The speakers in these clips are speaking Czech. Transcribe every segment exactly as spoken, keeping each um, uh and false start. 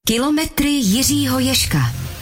Kilometry Jiřího Ježka.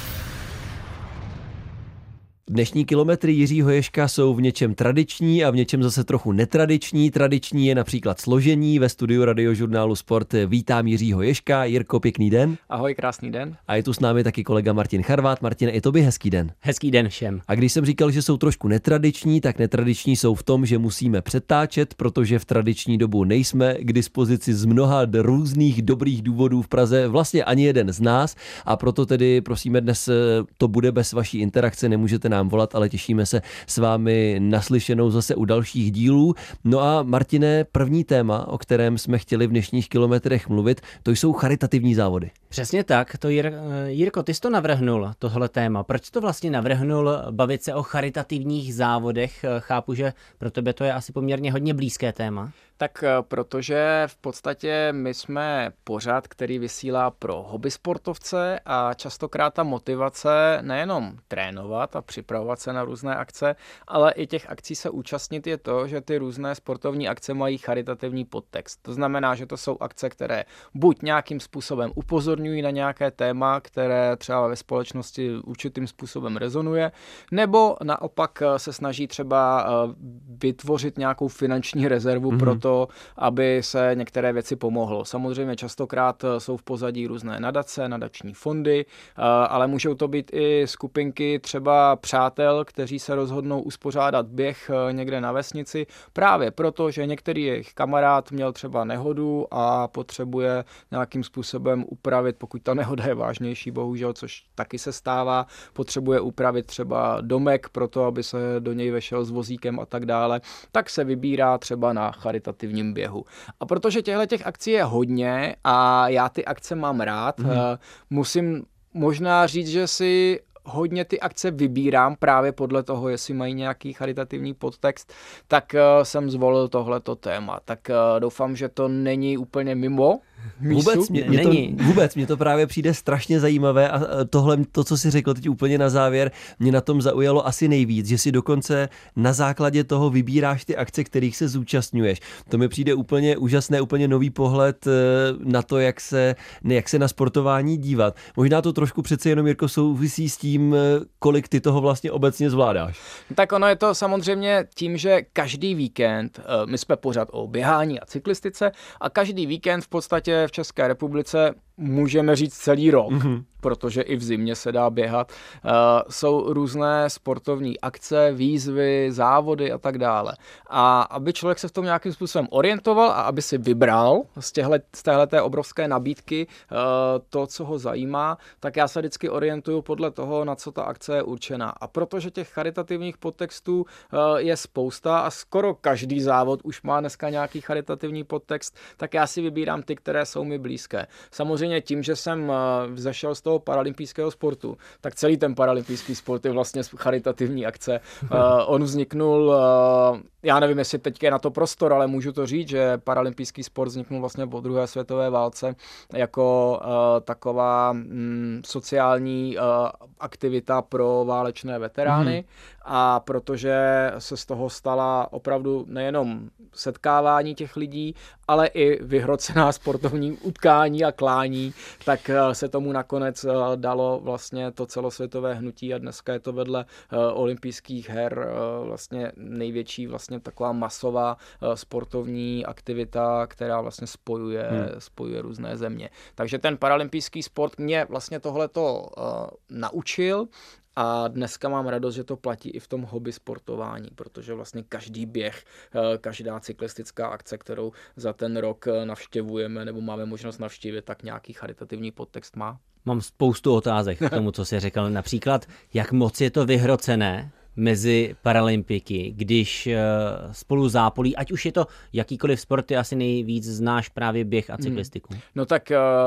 Dnešní kilometry Jiřího Ježka jsou v něčem tradiční a v něčem zase trochu netradiční. Tradiční je například složení. Ve studiu Radiožurnálu Sport vítám Jiřího Ježka. Jirko, pěkný den. Ahoj, krásný den. A je tu s námi taky kolega Martin Charvát. Martine, i tobě hezký den. Hezký den všem. A když jsem říkal, že jsou trošku netradiční, tak netradiční jsou v tom, že musíme přetáčet, protože v tradiční dobu nejsme k dispozici z mnoha různých dobrých důvodů v Praze, vlastně ani jeden z nás, a proto tedy prosíme, dnes to bude bez vaší interakce, nemůžete nám volat, ale těšíme se s vámi naslyšenou zase u dalších dílů. No a Martine, první téma, o kterém jsme chtěli v dnešních kilometrech mluvit, to jsou charitativní závody. Přesně tak, to Jir, Jirko, ty jsi to navrhnul, tohle téma. Proč jsi to vlastně navrhnul bavit se o charitativních závodech? Chápu, že pro tebe to je asi poměrně hodně blízké téma. Tak protože v podstatě my jsme pořad, který vysílá pro hobby sportovce a častokrát ta motivace nejenom trénovat a připravovat se na různé akce, ale i těch akcí se účastnit je to, že ty různé sportovní akce mají charitativní podtext. To znamená, že to jsou akce, které buď nějakým způsobem upozorňují na nějaké téma, které třeba ve společnosti určitým způsobem rezonuje, nebo naopak se snaží třeba vytvořit nějakou finanční rezervu mm-hmm. pro to, aby se některé věci pomohlo. Samozřejmě častokrát jsou v pozadí různé nadace, nadační fondy, ale můžou to být i skupinky třeba přátel, kteří se rozhodnou uspořádat běh někde na vesnici, právě proto, že některý jejich kamarád měl třeba nehodu a potřebuje nějakým způsobem upravit, pokud ta nehoda je vážnější, bohužel, což taky se stává, potřebuje upravit třeba domek pro to, aby se do něj vešel s vozíkem a tak dále, tak se vybírá třeba na charitativním běhu. A protože těchto těch akcí je hodně a já ty akce mám rád, mm. musím možná říct, že si hodně ty akce vybírám právě podle toho, jestli mají nějaký charitativní podtext, tak jsem zvolil tohleto téma. Tak doufám, že to není úplně mimo mísu. Vůbec mě, mě to, vůbec mě to právě přijde strašně zajímavé a tohle, to, co jsi řekl teď úplně na závěr, mě na tom zaujalo asi nejvíc, že si dokonce na základě toho vybíráš ty akce, kterých se zúčastňuješ. To mi přijde úplně úžasné, úplně nový pohled na to, jak se, ne, jak se na sportování dívat. Možná to trošku přece jenom, Jirko, souvisí s tím, kolik ty toho vlastně obecně zvládáš. Tak ono je to samozřejmě tím, že každý víkend, my jsme pořád o běhání a cyklistice a každý víkend v podstatě v České republice můžeme říct celý rok, mm-hmm. protože i v zimě se dá běhat. Uh, jsou různé sportovní akce, výzvy, závody a tak dále. A aby člověk se v tom nějakým způsobem orientoval a aby si vybral z, těhle, z téhleté obrovské nabídky uh, to, co ho zajímá, tak já se vždycky orientuju podle toho, na co ta akce je určená. A protože těch charitativních podtextů uh, je spousta a skoro každý závod už má dneska nějaký charitativní podtext, tak já si vybírám ty, které jsou mi blízké. Samozřejmě tím, že jsem vzešel z toho paralympijského sportu, tak celý ten paralympijský sport je vlastně charitativní akce. Uh, on vzniknul, uh, já nevím, jestli teď je na to prostor, ale můžu to říct, že paralympijský sport vzniknul vlastně po druhé světové válce jako uh, taková mm, sociální uh, aktivita pro válečné veterány. Mm. A protože se z toho stala opravdu nejenom setkávání těch lidí, ale i vyhrocená sportovní utkání a klání, tak se tomu nakonec dalo vlastně to celosvětové hnutí a dneska je to vedle olympijských her vlastně největší vlastně taková masová sportovní aktivita, která vlastně spojuje, hmm. spojuje různé země. Takže ten paralympijský sport mě vlastně tohleto uh, naučil. A dneska mám radost, že to platí i v tom hobby sportování, protože vlastně každý běh, každá cyklistická akce, kterou za ten rok navštěvujeme nebo máme možnost navštívit, tak nějaký charitativní podtext má. Mám spoustu otázek k tomu, co jsi řekl. Například, jak moc je to vyhrocené mezi paralympiky, když spolu zápolí, ať už je to jakýkoliv sport, ty asi nejvíc znáš právě běh a cyklistiku. Hmm. No tak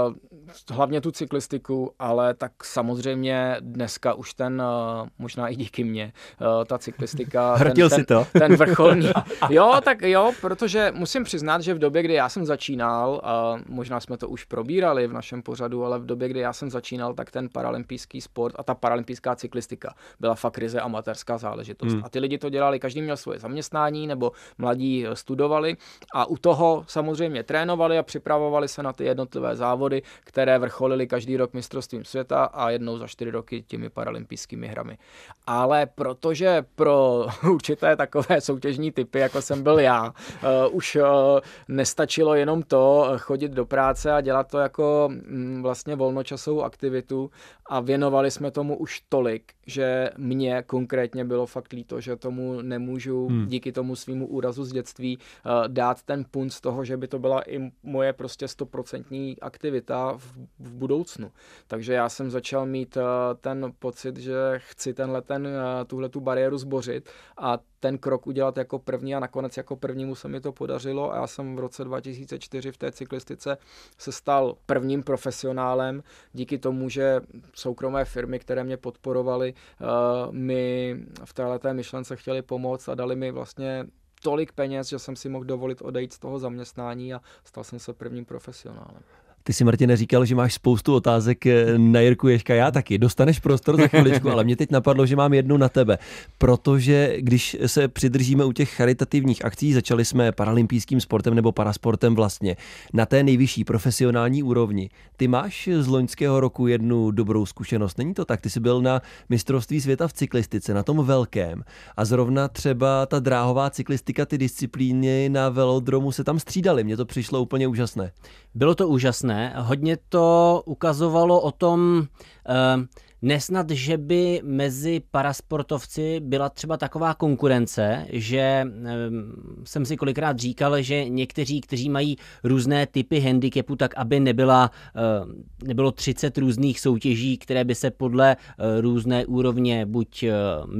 hlavně tu cyklistiku, ale tak samozřejmě dneska už ten, možná i díky mně, ta cyklistika, Hrtil ten, si to? ten, ten vrcholný. Jo, tak jo, protože musím přiznat, že v době, kdy já jsem začínal, a možná jsme to už probírali v našem pořadu, ale v době, kdy já jsem začínal, tak ten paralympijský sport a ta paralympijská cyklistika byla fakt ryze amatérská těžká záležitost. Hmm. A ty lidi to dělali, každý měl svoje zaměstnání nebo mladí studovali a u toho samozřejmě trénovali a připravovali se na ty jednotlivé závody, které vrcholily každý rok mistrovstvím světa a jednou za čtyři roky těmi paralympijskými hrami. Ale protože pro určité takové soutěžní typy, jako jsem byl já, uh, už uh, nestačilo jenom to chodit do práce a dělat to jako mm, vlastně volnočasovou aktivitu a věnovali jsme tomu už tolik, že mě konkrétně bylo fakt líto, že tomu nemůžu hmm. díky tomu svýmu úrazu z dětství uh, dát ten punt z toho, že by to byla i moje prostě stoprocentní aktivita v, v budoucnu. Takže já jsem začal mít uh, ten pocit, že chci tenhle ten, uh, tuhletu bariéru zbořit a ten krok udělat jako první a nakonec jako prvnímu se mi to podařilo a já jsem v roce dva tisíce čtyři v té cyklistice se stal prvním profesionálem díky tomu, že soukromé firmy, které mě podporovaly, uh, mi v téhleté myšlence chtěli pomoct a dali mi vlastně tolik peněz, že jsem si mohl dovolit odejít z toho zaměstnání a stal jsem se prvním profesionálem. Ty si, Martine, říkal, že máš spoustu otázek na Jirku Ježka, já taky. Dostaneš prostor za chviličku, ale mě teď napadlo, že mám jednu na tebe. Protože když se přidržíme u těch charitativních akcí, začali jsme paralympijským sportem nebo parasportem vlastně na té nejvyšší profesionální úrovni. Ty máš z loňského roku jednu dobrou zkušenost, není to tak? Ty jsi byl na mistrovství světa v cyklistice, na tom velkém. A zrovna třeba ta dráhová cyklistika, ty disciplíny na velodromu se tam střídaly. Mně to přišlo úplně úžasné. Bylo to úžasné. Hodně to ukazovalo o tom, eh, nesnad, že by mezi parasportovci byla třeba taková konkurence, že eh, jsem si kolikrát říkal, že někteří, kteří mají různé typy handicapu, tak aby nebyla, eh, nebylo třicet různých soutěží, které by se podle eh, různé úrovně buď eh,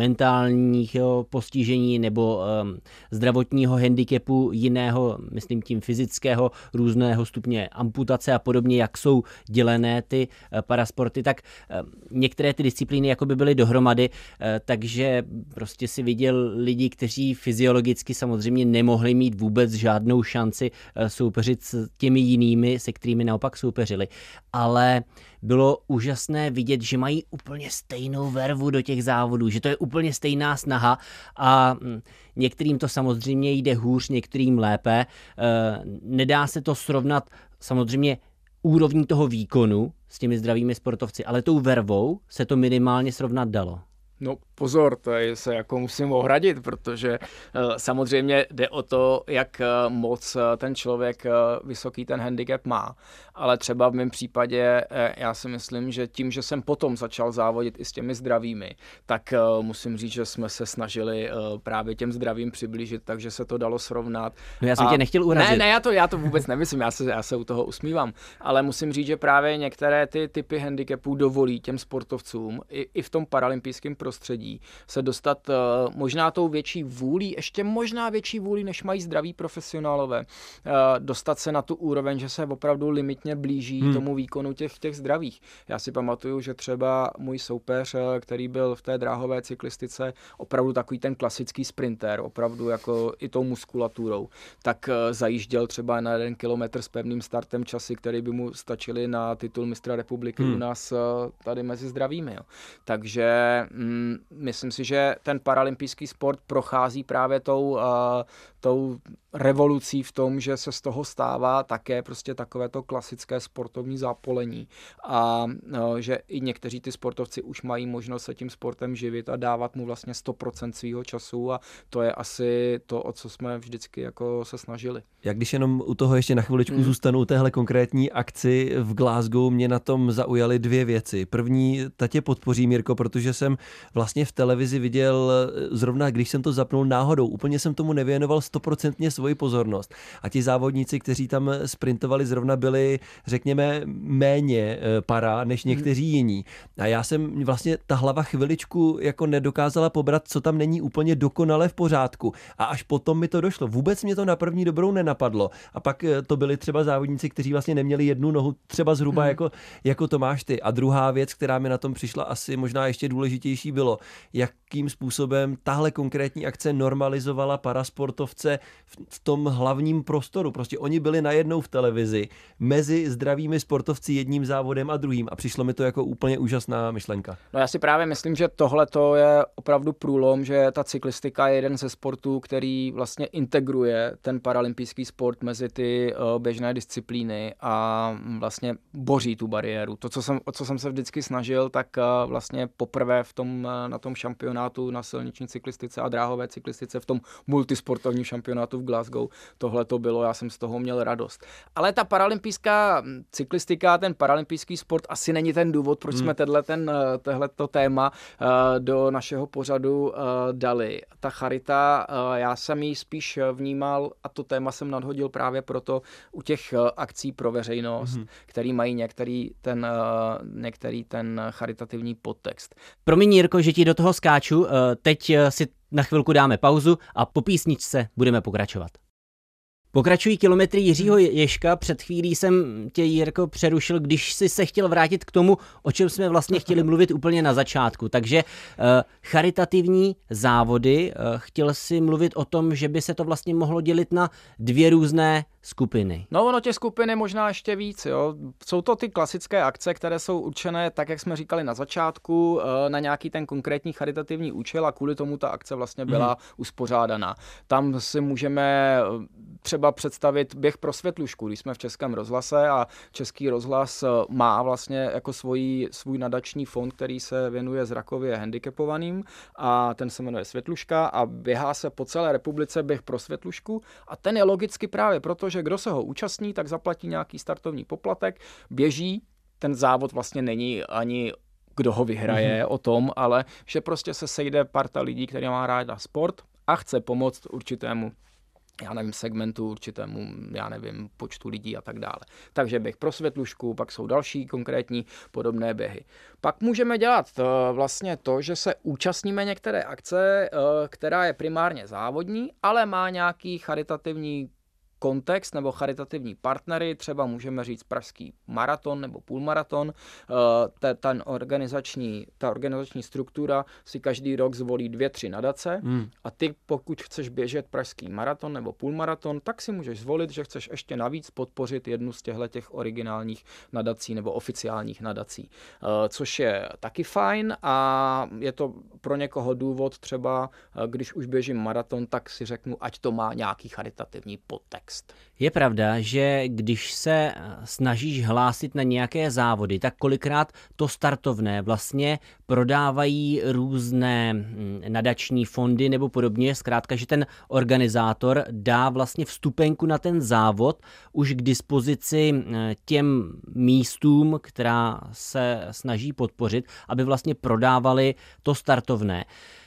mentálního postižení nebo eh, zdravotního handicapu jiného, myslím tím fyzického, různého stupně amputace a podobně, jak jsou dělené ty eh, parasporty, tak eh, některé ty disciplíny jako by byly dohromady, takže prostě si viděl lidi, kteří fyziologicky samozřejmě nemohli mít vůbec žádnou šanci soupeřit s těmi jinými, se kterými naopak soupeřili. Ale bylo úžasné vidět, že mají úplně stejnou vervu do těch závodů, že to je úplně stejná snaha a některým to samozřejmě jde hůř, některým lépe. Nedá se to srovnat samozřejmě úrovní toho výkonu s těmi zdravými sportovci, ale tou vervou se to minimálně srovnat dalo. No pozor, to je, se jako musím ohradit, protože uh, samozřejmě jde o to, jak uh, moc uh, ten člověk uh, vysoký ten handicap má. Ale třeba v mém případě uh, já si myslím, že tím, že jsem potom začal závodit i s těmi zdravými, tak uh, musím říct, že jsme se snažili uh, právě těm zdravým přiblížit, takže se to dalo srovnat. No já jsem A... tě nechtěl urazit. Ne, ne, já to, já to vůbec nemyslím, já se, já se u toho usmívám. Ale musím říct, že právě některé ty typy handicapů dovolí těm sportovcům i, i v tom paralympijském prostředí se dostat uh, možná tou větší vůlí, ještě možná větší vůlí, než mají zdraví profesionálové, uh, dostat se na tu úroveň, že se opravdu limitně blíží hmm. tomu výkonu těch, těch zdravých. Já si pamatuju, že třeba můj soupeř, který byl v té dráhové cyklistice opravdu takový ten klasický sprinter, opravdu jako i tou muskulaturou, tak uh, zajížděl třeba na jeden kilometr s pevným startem časy, které by mu stačily na titul mistra republiky hmm. u nás uh, tady mezi zdravými. Jo. Takže mm, myslím si, že ten paralympijský sport prochází právě tou, uh, tou revolucí v tom, že se z toho stává také prostě takovéto klasické sportovní zápolení a uh, že i někteří ty sportovci už mají možnost se tím sportem živit a dávat mu vlastně sto procent svýho času a to je asi to, o co jsme vždycky jako se snažili. Jak když jenom u toho ještě na chviličku hmm. zůstanu u téhle konkrétní akci v Glasgow, mě na tom zaujaly dvě věci. První, ta tě podpoří, Mirko, protože jsem vlastně v televizi viděl zrovna, když jsem to zapnul náhodou, úplně jsem tomu nevěnoval stoprocentně svoji pozornost. A ti závodníci, kteří tam sprintovali, zrovna byli, řekněme, méně para než někteří jiní. A já jsem vlastně, ta hlava chviličku jako nedokázala pobrat, co tam není úplně dokonale v pořádku. A až potom mi to došlo. Vůbec mě to na první dobrou nenapadlo. A pak to byli třeba závodníci, kteří vlastně neměli jednu nohu třeba zhruba hmm. jako, jako to máš ty. A druhá věc, která mi na tom přišla asi možná ještě důležitější, bylo, jakým způsobem tahle konkrétní akce normalizovala parasportovce v tom hlavním prostoru. Prostě oni byli najednou v televizi mezi zdravými sportovci jedním závodem a druhým a přišlo mi to jako úplně úžasná myšlenka. No já si právě myslím, že tohle to je opravdu průlom, že ta cyklistika je jeden ze sportů, který vlastně integruje ten paralympijský sport mezi ty běžné disciplíny a vlastně boří tu bariéru. To, co jsem, o co jsem se vždycky snažil, tak vlastně poprvé v tom, na tom šampionátu na silniční cyklistice a dráhové cyklistice, v tom multisportovním šampionátu v Glasgow, tohle to bylo, já jsem z toho měl radost. Ale ta paralympijská cyklistika, ten paralympijský sport asi není ten důvod, proč hmm. jsme tenhle ten, tohleto téma do našeho pořadu dali. Ta charita, já jsem ji spíš vnímal a to téma jsem nadhodil právě proto u těch akcí pro veřejnost, hmm. který mají některý ten, některý ten charitativní podtext. Promiň, Jirko, že ti do toho skáču, teď si na chvilku dáme pauzu a po písničce budeme pokračovat. Pokračují kilometry Jiřího Ježka. Před chvílí jsem tě, Jirko, přerušil, když jsi se chtěl vrátit k tomu, o čem jsme vlastně chtěli mluvit úplně na začátku. Takže uh, charitativní závody, uh, chtěl jsi mluvit o tom, že by se to vlastně mohlo dělit na dvě různé skupiny. No ono těch skupin je možná ještě víc. Jo. Jsou to ty klasické akce, které jsou určené, tak jak jsme říkali na začátku, na nějaký ten konkrétní charitativní účel a kvůli tomu ta akce vlastně byla mm. uspořádaná. Tam si můžeme třeba představit běh pro světlušku, když jsme v Českém rozhlase a Český rozhlas má vlastně jako svůj, svůj nadační fond, který se věnuje zrakově handicapovaným a ten se jmenuje Světluška a běhá se po celé republice běh pro světlušku a ten je logicky právě proto, že kdo se ho účastní, tak zaplatí nějaký startovní poplatek, běží, ten závod vlastně není ani kdo ho vyhraje mm-hmm. o tom, ale že prostě se sejde parta lidí, který má ráda sport a chce pomoct určitému, já nevím, segmentu, určitému, já nevím, počtu lidí a tak dále. Takže běh pro světlušku, pak jsou další konkrétní podobné běhy. Pak můžeme dělat uh, vlastně to, že se účastníme některé akce, uh, která je primárně závodní, ale má nějaký charitativní kontext nebo charitativní partnery, třeba můžeme říct pražský maraton nebo půlmaraton. Ta, ten organizační, ta organizační struktura si každý rok zvolí dvě, tři nadace hmm. a ty, pokud chceš běžet pražský maraton nebo půlmaraton, tak si můžeš zvolit, že chceš ještě navíc podpořit jednu z těchto originálních nadací nebo oficiálních nadací, což je taky fajn a je to pro někoho důvod třeba, když už běžím maraton, tak si řeknu, ať to má nějaký charitativní podtext. Je pravda, že když se snažíš hlásit na nějaké závody, tak kolikrát to startovné vlastně prodávají různé nadační fondy nebo podobně. Zkrátka, že ten organizátor dá vlastně vstupenku na ten závod už k dispozici těm místům, která se snaží podpořit, aby vlastně prodávali to startovné.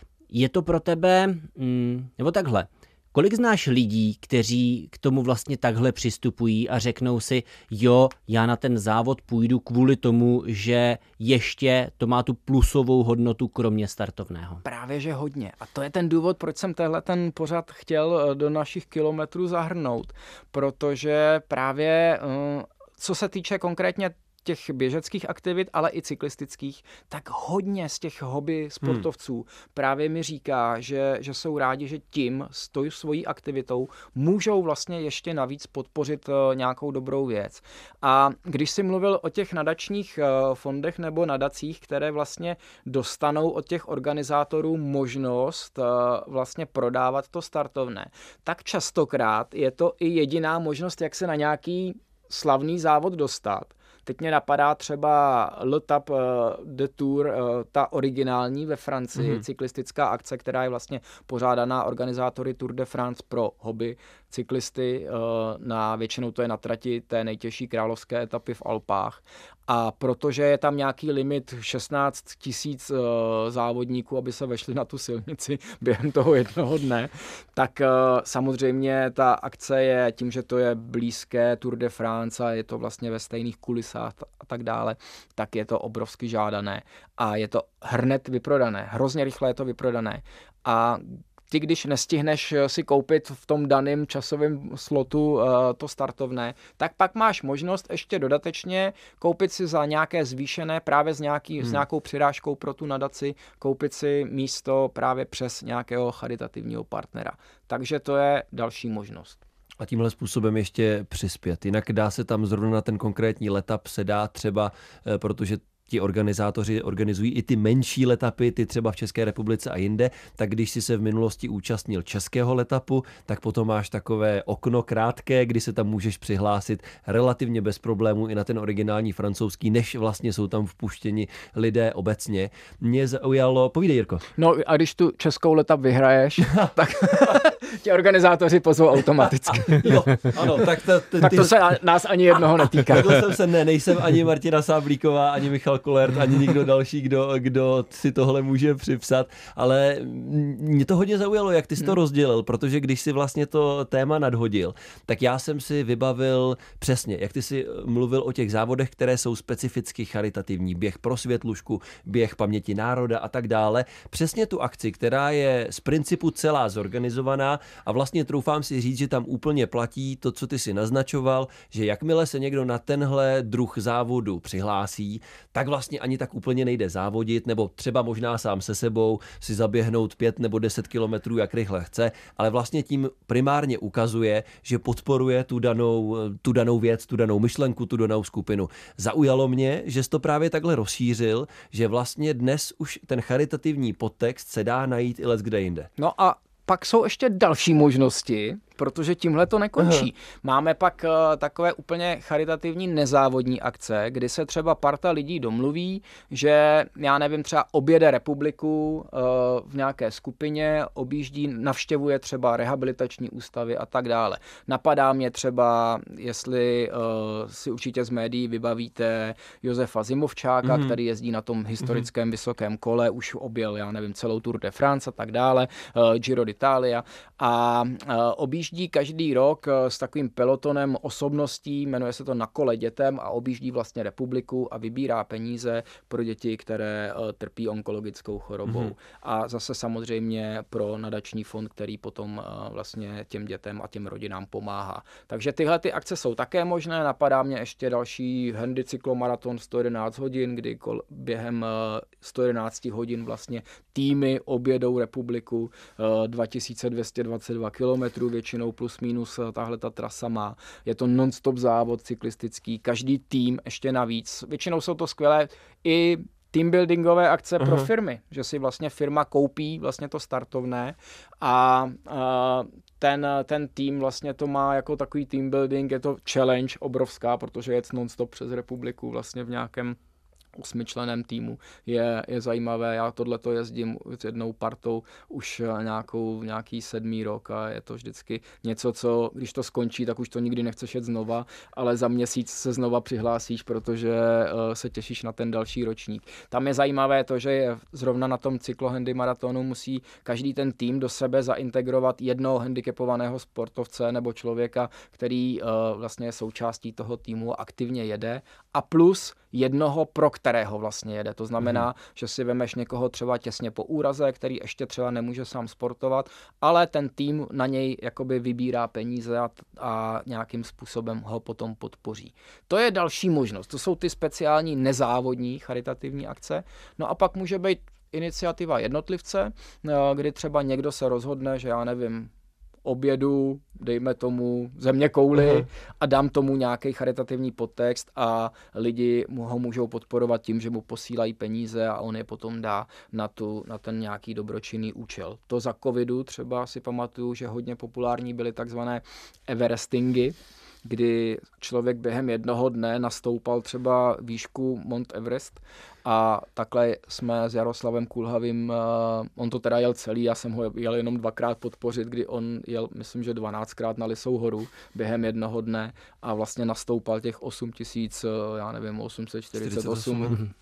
Je to pro tebe, nebo takhle, kolik znáš lidí, kteří k tomu vlastně takhle přistupují a řeknou si, jo, já na ten závod půjdu kvůli tomu, že ještě to má tu plusovou hodnotu kromě startovného? Právě, že hodně. A to je ten důvod, proč jsem tenhle ten pořad chtěl do našich kilometrů zahrnout. Protože právě, co se týče konkrétně těch běžeckých aktivit, ale i cyklistických, tak hodně z těch hobby sportovců hmm. právě mi říká, že, že jsou rádi, že tím s tou svojí aktivitou můžou vlastně ještě navíc podpořit uh, nějakou dobrou věc. A když jsi mluvil o těch nadačních uh, fondech nebo nadacích, které vlastně dostanou od těch organizátorů možnost uh, vlastně prodávat to startovné, tak častokrát je to i jediná možnost, jak se na nějaký slavný závod dostat. Teď mě napadá třeba Le Tap de Tour, ta originální ve Francii, mm-hmm. cyklistická akce, která je vlastně pořádaná organizátory Tour de France pro hobby cyklisty. Na, většinou to je na trati té nejtěžší královské etapy v Alpách. A protože je tam nějaký limit šestnáct tisíc závodníků, aby se vešli na tu silnici během toho jednoho dne, tak samozřejmě ta akce je tím, že to je blízké Tour de France a je to vlastně ve stejných kulisách a tak dále, tak je to obrovsky žádané a je to hned vyprodané. Hrozně rychle je to vyprodané. A ty, když nestihneš si koupit v tom daném časovém slotu uh, to startovné, tak pak máš možnost ještě dodatečně koupit si za nějaké zvýšené, právě s, nějaký, hmm. s nějakou přirážkou pro tu nadaci, koupit si místo právě přes nějakého charitativního partnera. Takže to je další možnost. A tímhle způsobem ještě přispět. Jinak dá se tam zrovna na ten konkrétní letap se dá třeba, protože ti organizátoři organizují i ty menší letapy, ty třeba v České republice a jinde, tak když si se v minulosti účastnil českého letapu, tak potom máš takové okno krátké, kdy se tam můžeš přihlásit relativně bez problémů i na ten originální francouzský, než vlastně jsou tam vpuštěni lidé obecně. Mě zaujalo, povídej Jirko. No a když tu českou letap vyhraješ, tak tě organizátoři pozvou automaticky. Jo, ano, tak to, ty, tak to se nás ani jednoho netýká. Takhle jsem se ne, nejsem ani Martina Sáblíková, ani Michal Kolert, ani nikdo další, kdo, kdo si tohle může připsat, ale mě to hodně zaujalo, jak ty jsi to rozdělil, protože když si vlastně to téma nadhodil, tak já jsem si vybavil přesně, jak ty si mluvil o těch závodech, které jsou specificky charitativní, běh pro světlušku, běh paměti národa a tak dále. Přesně tu akci, která je z principu celá zorganizovaná a vlastně troufám si říct, že tam úplně platí to, co ty si naznačoval, že jakmile se někdo na tenhle druh závodu přihlásí, tak vlastně ani tak úplně nejde závodit, nebo třeba možná sám se sebou si zaběhnout pět nebo deset kilometrů, jak rychle chce, ale vlastně tím primárně ukazuje, že podporuje tu danou, tu danou věc, tu danou myšlenku, tu danou skupinu. Zaujalo mě, že jsi to právě takhle rozšířil, že vlastně dnes už ten charitativní podtext se dá najít i leckde jinde. No a pak jsou ještě další možnosti, protože tímhle to nekončí. Aha. Máme pak uh, takové úplně charitativní nezávodní akce, kdy se třeba parta lidí domluví, že já nevím, třeba objede republiku uh, v nějaké skupině, objíždí, navštěvuje třeba rehabilitační ústavy a tak dále. Napadá mě třeba, jestli uh, si určitě z médií vybavíte Josefa Zimovčáka, mm. který jezdí na tom historickém mm. vysokém kole, už objel, já nevím, celou Tour de France a tak dále, uh, Giro d'Italia a uh, objíždí každý rok s takovým pelotonem osobností, jmenuje se to Na kole dětem a objíždí vlastně republiku a vybírá peníze pro děti, které trpí onkologickou chorobou. Mm-hmm. A zase samozřejmě pro nadační fond, který potom vlastně těm dětem a těm rodinám pomáhá. Takže tyhle ty akce jsou také možné. Napadá mě ještě další Handy cyklomaraton sto jedenáct hodin, kdy kol, během sto jedenáct hodin vlastně týmy objedou republiku, dva tisíce dvě stě dvacet dva kilometrů, většinou plus minus tahle ta trasa má. Je to non-stop závod cyklistický, každý tým ještě navíc. Většinou jsou to skvělé i teambuildingové akce uh-huh. pro firmy, že si vlastně firma koupí vlastně to startovné a, a ten, ten tým vlastně to má jako takový teambuilding, je to challenge obrovská, protože je non-stop přes republiku vlastně v nějakém osmičlenném týmu je, je zajímavé. Já tohleto jezdím s jednou partou už nějakou, nějaký sedmý rok a je to vždycky něco, co když to skončí, tak už to nikdy nechceš jet znova, ale za měsíc se znova přihlásíš, protože uh, se těšíš na ten další ročník. Tam je zajímavé to, že je zrovna na tom cyklohandy maratonu musí každý ten tým do sebe zaintegrovat jednoho handicapovaného sportovce nebo člověka, který uh, vlastně je součástí toho týmu a aktivně jede a plus jednoho, pro kterého vlastně jede. To znamená, mm. že si vemeš někoho třeba těsně po úraze, který ještě třeba nemůže sám sportovat, ale ten tým na něj jakoby vybírá peníze a, a nějakým způsobem ho potom podpoří. To je další možnost. To jsou ty speciální nezávodní charitativní akce. No a pak může být iniciativa jednotlivce, kdy třeba někdo se rozhodne, že já nevím, objedu, dejme tomu země kouli uh-huh. a dám tomu nějaký charitativní podtext a lidi mu ho můžou podporovat tím, že mu posílají peníze a on je potom dá na, tu, na ten nějaký dobročinný účel. To za covidu třeba si pamatuju, že hodně populární byly takzvané Everestingy, kdy člověk během jednoho dne nastoupal třeba výšku Mount Everest a takhle jsme s Jaroslavem Kulhavým, on to teda jel celý, já jsem ho jel jenom dvakrát podpořit, kdy on jel, myslím, že dvanáctkrát na Lisou horu během jednoho dne a vlastně nastoupal těch osm tisíc, já nevím, osm set čtyřicet osm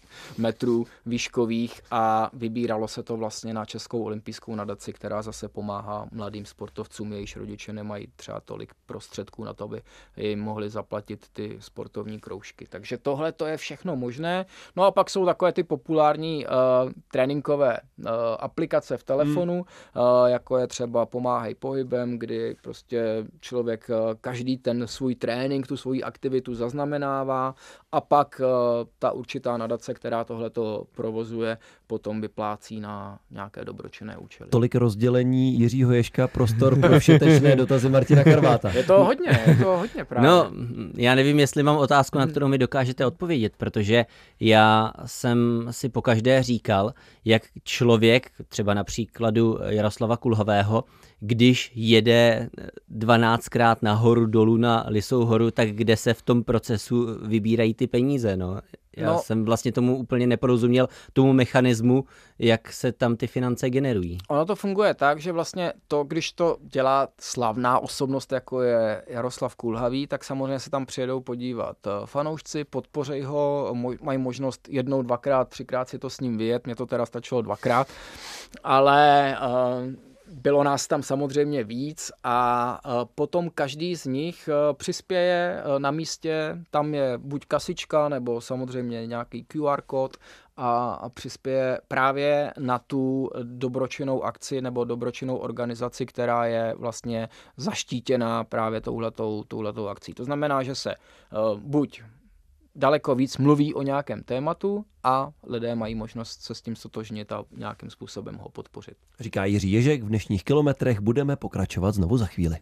metrů výškových a vybíralo se to vlastně na Českou olympijskou nadaci, která zase pomáhá mladým sportovcům, jejichž rodiče nemají třeba tolik prostředků na to, aby jim mohli zaplatit ty sportovní kroužky. Takže tohle to je všechno možné. No a pak jsou takové ty populární uh, tréninkové uh, aplikace v telefonu, hmm. uh, jako je třeba Pomáhej pohybem, kdy prostě člověk uh, každý ten svůj trénink, tu svoji aktivitu zaznamenává a pak uh, ta určitá nadace, která tohleto provozuje, potom vyplácí na nějaké dobročinné účely. Tolik rozdělení Jiřího Ježka, prostor pro všetečné dotazy Martina Karváta. Je to hodně, je to hodně právě. No, já nevím, jestli mám otázku, na kterou mi dokážete odpovědět, protože já jsem si pokaždé říkal, jak člověk, třeba na příkladu Jaroslava Kulhavého, když jede dvanáctkrát nahoru dolů na Lisou horu, tak kde se v tom procesu vybírají ty peníze, no. Já no, jsem vlastně tomu úplně neporozuměl, tomu mechanismu, jak se tam ty finance generují. Ono to funguje tak, že vlastně to, když to dělá slavná osobnost, jako je Jaroslav Kulhavý, tak samozřejmě se tam přijedou podívat fanoušci, podpořej ho, mají možnost jednou, dvakrát, třikrát si to s ním vyjet, mě to teda stačilo dvakrát, ale uh, bylo nás tam samozřejmě víc a potom každý z nich přispěje na místě, tam je buď kasička nebo samozřejmě nějaký Q R kód a, a přispěje právě na tu dobročinnou akci nebo dobročinnou organizaci, která je vlastně zaštítěná právě touhletou, touhletou akcí. To znamená, že se uh, buď daleko víc mluví o nějakém tématu a lidé mají možnost se s tím stotožnit a nějakým způsobem ho podpořit. Říká Jiří Ježek, v dnešních kilometrech budeme pokračovat znovu za chvíli.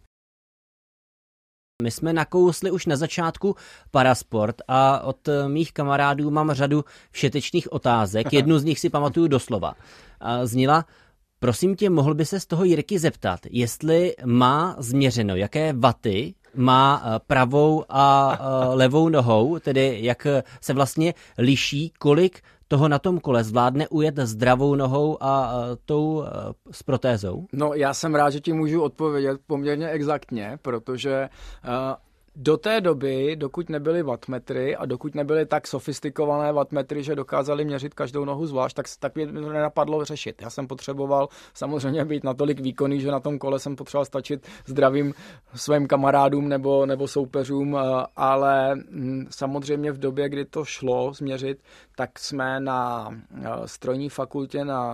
My jsme nakousli už na začátku parasport a od mých kamarádů mám řadu všetečných otázek. Jednu z nich si pamatuju doslova. Zněla: prosím tě, mohl by se z toho Jirky zeptat, jestli má změřeno, jaké vaty má pravou a levou nohou, tedy jak se vlastně liší, kolik toho na tom kole zvládne ujet zdravou nohou a tou s protézou? No, já jsem rád, že ti můžu odpovědět poměrně exaktně, protože uh, do té doby, dokud nebyly wattmetry a dokud nebyly tak sofistikované wattmetry, že dokázali měřit každou nohu zvlášť, tak, tak mě to nenapadlo řešit. Já jsem potřeboval samozřejmě být natolik výkonný, že na tom kole jsem potřeboval stačit zdravým svým kamarádům nebo, nebo soupeřům, ale samozřejmě v době, kdy to šlo změřit, tak jsme na strojní fakultě na,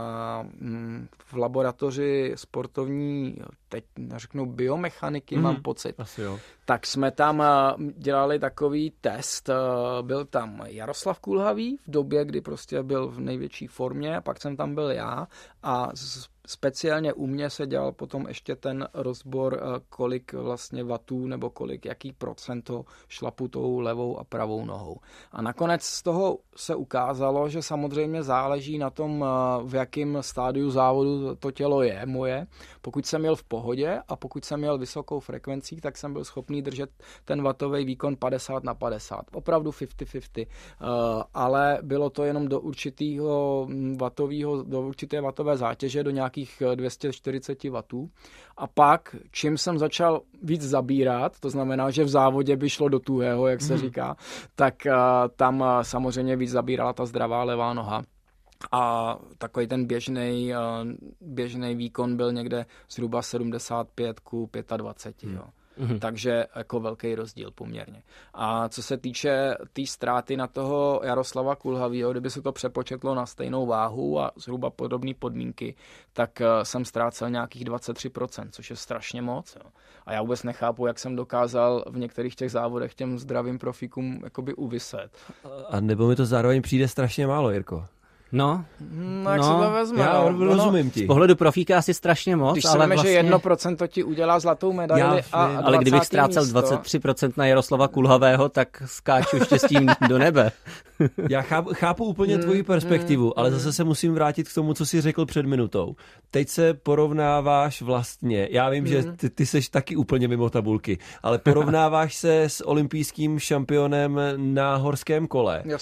v laboratoři sportovní, teď řeknu biomechaniky, mm, mám pocit. Asi jo. Tak jsme tam dělali takový test. Byl tam Jaroslav Kulhavý v době, kdy prostě byl v největší formě, pak jsem tam byl já a speciálně u mě se dělal potom ještě ten rozbor, kolik vlastně vatů nebo kolik, jaký procento šlapu tou levou a pravou nohou. A nakonec z toho se ukázalo, že samozřejmě záleží na tom, v jakém stádiu závodu to tělo je moje. Pokud jsem měl v pohodě a pokud jsem měl vysokou frekvencí, tak jsem byl schopný držet ten vatový výkon padesát na padesát. Opravdu padesát na padesát. Ale bylo to jenom do určitého vatového, do určité vatové zátěže, do nějakých dvě stě čtyřicet wattů. A pak, čím jsem začal víc zabírat, to znamená, že v závodě by šlo do tuhého, jak se mm. říká, tak uh, tam uh, samozřejmě víc zabírala ta zdravá levá noha. A takový ten běžný uh, běžný výkon byl někde zhruba sedmdesát pět ku dvacet pět. Mm. Jo. Mm-hmm. Takže jako velký rozdíl poměrně. A co se týče té tý ztráty na toho Jaroslava Kulhavýho, kdyby se to přepočetlo na stejnou váhu a zhruba podobné podmínky, tak uh, jsem ztrácel nějakých dvacet tři procent, což je strašně moc. Jo. A já vůbec nechápu, jak jsem dokázal v některých těch závodech těm zdravým profíkům jakoby uvyset. A nebo mi to zároveň přijde strašně málo, Jirko. No, no, jak no, se to vezme. Já no, rozumím no, ti. Z pohledu profíka asi strašně moc, když ale víme, vlastně... že jedno procento ti udělá zlatou medaili a, a ale kdybych ztrácel místo. dvacet tři procent na Jaroslava Kulhavého, tak skáču štěstím do nebe. Já chápu, chápu úplně hmm, tvoji perspektivu, hmm, ale hmm. zase se musím vrátit k tomu, co jsi řekl před minutou. Teď se porovnáváš vlastně, já vím, hmm. že ty, ty seš taky úplně mimo tabulky, ale porovnáváš se s olympijským šampionem na horském kole. Jasně.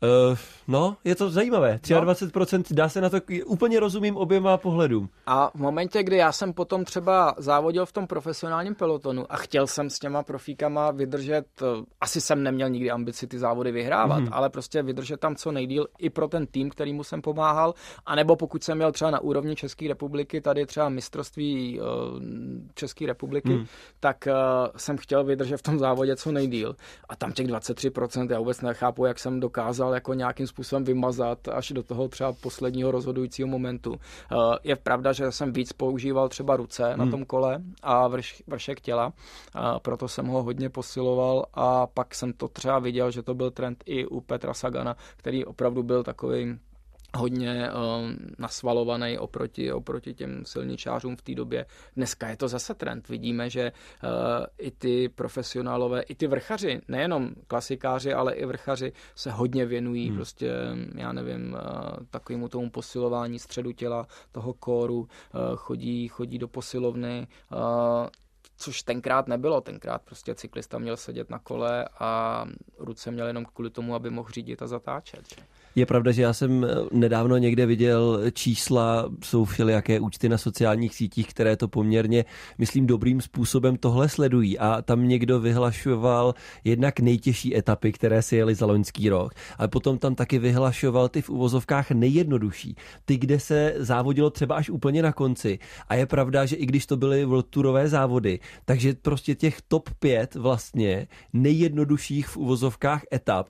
Uh, no, je to zajímavé. dvacet tři procent dá se na to, úplně rozumím oběma pohledům. A v momentě, kdy já jsem potom třeba závodil v tom profesionálním pelotonu a chtěl jsem s těma profíkama vydržet, asi jsem neměl nikdy ambici ty závody vyhrávat, mm-hmm. ale prostě vydržet tam co nejdýl i pro ten tým, kterýmu jsem pomáhal, anebo pokud jsem měl třeba na úrovni České republiky, tady třeba mistrovství uh, České republiky, mm. tak uh, jsem chtěl vydržet v tom závodě co nejdýl. A tam těch dvacet tři procent já vůbec nechápu, jak jsem dokázal jako nějakým způsobem vymazat až do toho třeba posledního rozhodujícího momentu. Je pravda, že jsem víc používal třeba ruce hmm. na tom kole a vrš, vršek těla, a proto jsem ho hodně posiloval a pak jsem to třeba viděl, že to byl trend i u Petra Sagana, který opravdu byl takový hodně um, nasvalovaný oproti, oproti těm silničářům v té době. Dneska je to zase trend. Vidíme, že uh, i ty profesionálové, i ty vrchaři, nejenom klasikáři, ale i vrchaři se hodně věnují hmm. prostě, já nevím, uh, takovému tomu posilování středu těla, toho kóru, uh, chodí, chodí do posilovny, uh, což tenkrát nebylo. Tenkrát prostě cyklista měl sedět na kole a ruce měl jenom kvůli tomu, aby mohl řídit a zatáčet. Že? Je pravda, že já jsem nedávno někde viděl čísla, jsou všelijaké účty na sociálních sítích, které to poměrně, myslím, dobrým způsobem tohle sledují. A tam někdo vyhlašoval jednak nejtěžší etapy, které si jeli za loňský rok, ale potom tam taky vyhlašoval ty v uvozovkách nejjednodušší. Ty, kde se závodilo třeba až úplně na konci. A je pravda, že i když to byly World Tourové závody, takže prostě těch top pět vlastně nejjednodušších v uvozovkách etap,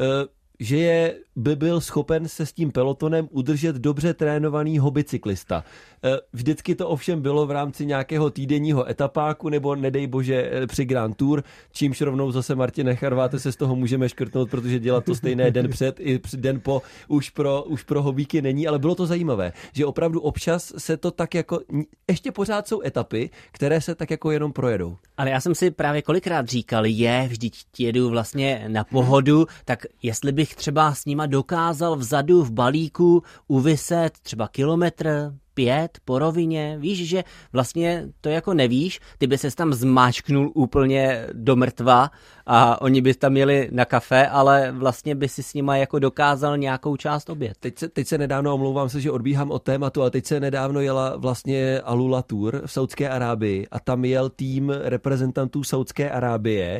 že je, by byl schopen se s tím pelotonem udržet dobře trénovaný hobbycyklista. Vždycky to ovšem bylo v rámci nějakého týdenního etapáku nebo nedej bože při Grand Tour, čímž rovnou zase Martine Charváte se z toho můžeme škrtnout, protože dělat to stejné den před i den po už pro, už pro hobíky není, ale bylo to zajímavé, že opravdu občas se to tak jako, ještě pořád jsou etapy, které se tak jako jenom projedou. Ale já jsem si právě kolikrát říkal, je, vždyť jedu vlastně na pohodu, tak jestli bych třeba s nima dokázal vzadu v balíku uviset třeba kilometr, pět po rovině, víš, že vlastně to jako nevíš, ty by ses tam zmáčknul úplně do mrtva a oni by tam jeli na kafe, ale vlastně by si s nima jako dokázal nějakou část obět. Teď se, teď se nedávno, omlouvám se, že odbíhám od tématu, ale teď se nedávno jela vlastně Alula Tour v Saudské Arábii a tam jel tým reprezentantů Saudské Arábie.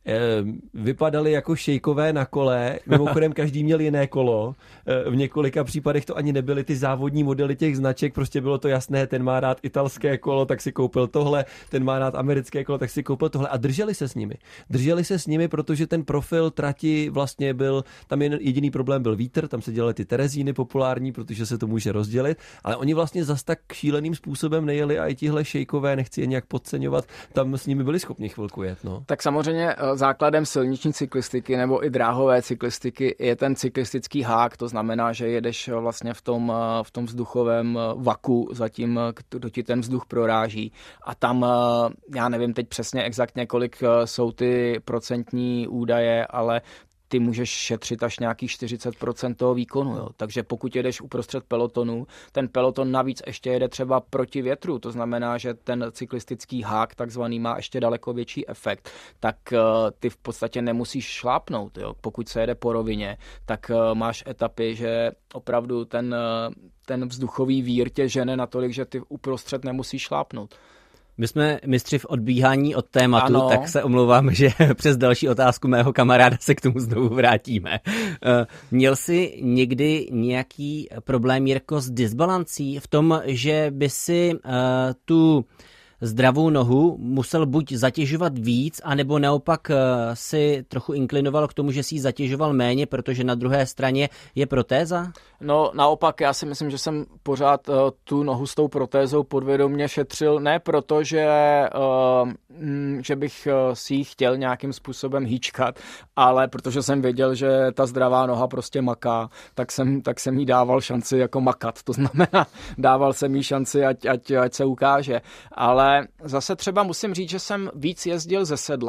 Vypadali jako šejkové na kole, mimochodem každý měl jiné kolo, v několika případech to ani nebyly ty závodní modely těch značek, prostě bylo to jasné, ten má rád italské kolo, tak si koupil tohle, ten má rád americké kolo, tak si koupil tohle a drželi se s nimi. Drželi se s nimi, protože ten profil trati vlastně byl, tam jediný problém byl vítr, tam se dělaly ty terezíny populární, protože se to může rozdělit, ale oni vlastně zas tak šíleným způsobem nejeli a i tihle šejkové, nechci je nějak podceňovat, tam s nimi byli schopni chvilku jet. No. Tak samozřejmě základem silniční cyklistiky nebo i dráhové cyklistiky je ten cyklistický hák, to znamená, že jedeš vlastně v tom, v tom vzduchovém vaku, zatím kdo ti ten vzduch proráží a tam, já nevím teď přesně exaktně, kolik jsou ty procentní údaje, ale ty můžeš šetřit až nějakých čtyřicet procent toho výkonu. Jo. Takže pokud jedeš uprostřed pelotonu, ten peloton navíc ještě jede třeba proti větru, to znamená, že ten cyklistický hák takzvaný má ještě daleko větší efekt, tak uh, ty v podstatě nemusíš šlápnout. Jo. Pokud se jede po rovině, tak uh, máš etapy, že opravdu ten, uh, ten vzduchový vír tě žene natolik, že ty uprostřed nemusíš šlápnout. My jsme mistři v odbíhání od tématu, ano. Tak se omlouvám, že přes další otázku mého kamaráda se k tomu znovu vrátíme. Měl jsi někdy nějaký problém, Jirko, s disbalancí v tom, že by si uh, tu zdravou nohu musel buď zatěžovat víc, anebo naopak si trochu inklinoval k tomu, že si ji zatěžoval méně, protože na druhé straně je protéza? No naopak, já si myslím, že jsem pořád uh, tu nohu s tou protézou podvědomě šetřil, ne proto, že, uh, m, že bych uh, si ji chtěl nějakým způsobem hýčkat, ale protože jsem věděl, že ta zdravá noha prostě maká, tak jsem, tak jsem jí dával šanci jako makat, to znamená, dával jsem jí šanci, ať, ať, ať se ukáže, ale zase třeba musím říct, že jsem víc jezdil ze sedla,